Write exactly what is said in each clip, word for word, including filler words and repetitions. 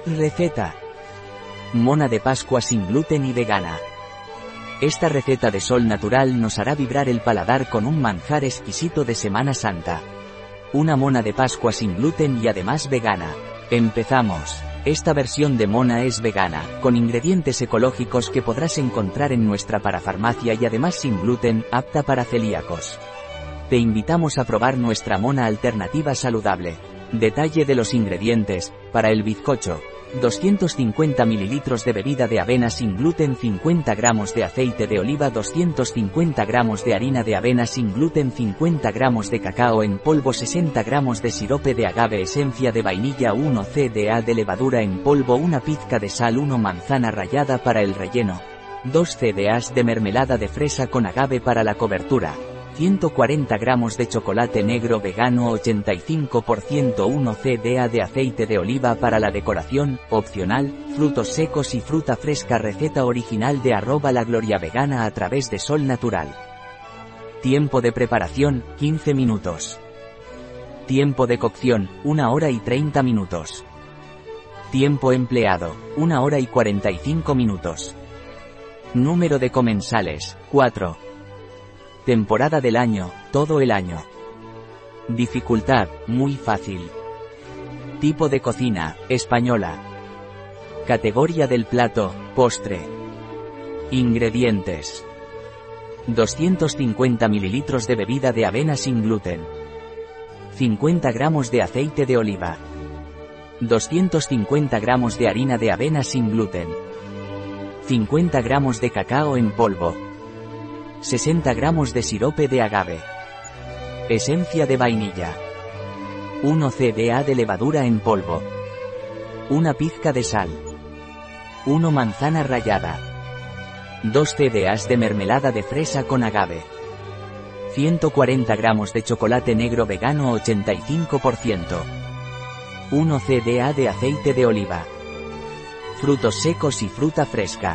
Receta: mona de Pascua sin gluten y vegana. Esta receta de Sol Natural nos hará vibrar el paladar con un manjar exquisito de Semana Santa. Una mona de Pascua sin gluten y además vegana. Empezamos. Esta versión de mona es vegana, con ingredientes ecológicos que podrás encontrar en nuestra parafarmacia y además sin gluten, apta para celíacos. Te invitamos a probar nuestra mona alternativa saludable. Detalle de los ingredientes: para el bizcocho, doscientos cincuenta mililitros de bebida de avena sin gluten, cincuenta gramos de aceite de oliva, doscientos cincuenta gramos de harina de avena sin gluten, cincuenta gramos de cacao en polvo, sesenta gramos de sirope de agave, esencia de vainilla, uno C D A de levadura en polvo, una pizca de sal, una manzana rallada para el relleno, dos C D As de mermelada de fresa con agave para la cobertura, ciento cuarenta gramos de chocolate negro vegano, ochenta y cinco por ciento, uno C D A de aceite de oliva para la decoración, opcional, frutos secos y fruta fresca. Receta original de arroba la gloria vegana a través de Sol Natural. Tiempo de preparación, quince minutos. Tiempo de cocción, una hora y treinta minutos. Tiempo empleado, una hora y cuarenta y cinco minutos. Número de comensales, cuatro. Temporada del año, todo el año. Dificultad, muy fácil. Tipo de cocina, española. Categoría del plato, postre. Ingredientes: doscientos cincuenta mililitros de bebida de avena sin gluten, cincuenta gramos de aceite de oliva, doscientos cincuenta gramos de harina de avena sin gluten, cincuenta gramos de cacao en polvo, sesenta gramos de sirope de agave, esencia de vainilla, uno C D A de levadura en polvo, una pizca de sal, una manzana rallada, dos C D As de mermelada de fresa con agave, ciento cuarenta gramos de chocolate negro vegano ochenta y cinco por ciento, uno C D A de aceite de oliva, frutos secos y fruta fresca.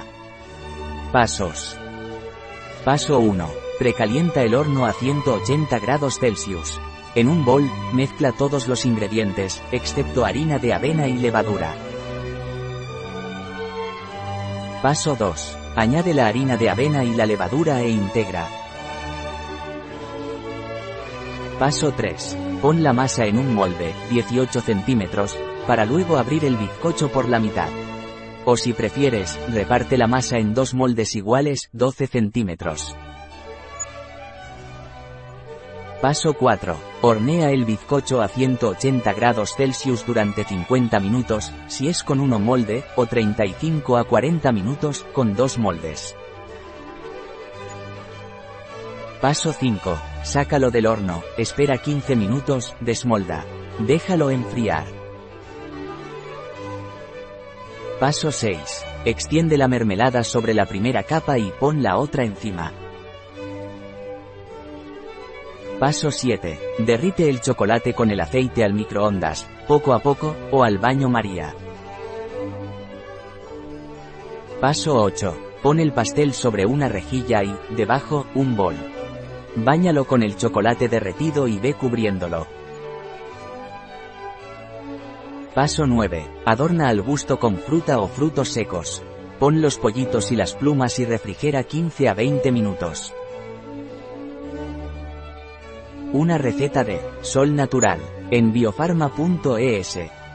Pasos. Paso uno. Precalienta el horno a ciento ochenta grados Celsius. En un bol, mezcla todos los ingredientes, excepto harina de avena y levadura. Paso dos. Añade la harina de avena y la levadura e integra. Paso tres. Pon la masa en un molde, dieciocho centímetros, para luego abrir el bizcocho por la mitad. O si prefieres, reparte la masa en dos moldes iguales, doce centímetros. Paso cuatro. Hornea el bizcocho a ciento ochenta grados Celsius durante cincuenta minutos, si es con uno molde, o treinta y cinco a cuarenta minutos, con dos moldes. Paso cinco. Sácalo del horno, espera quince minutos, desmolda. Déjalo enfriar. Paso seis. Extiende la mermelada sobre la primera capa y pon la otra encima. Paso siete. Derrite el chocolate con el aceite al microondas, poco a poco, o al baño María. Paso ocho. Pon el pastel sobre una rejilla y, debajo, un bol. Báñalo con el chocolate derretido y ve cubriéndolo. Paso nueve. Adorna al gusto con fruta o frutos secos. Pon los pollitos y las plumas y refrigera quince a veinte minutos. Una receta de Sol Natural, en biofarma punto es.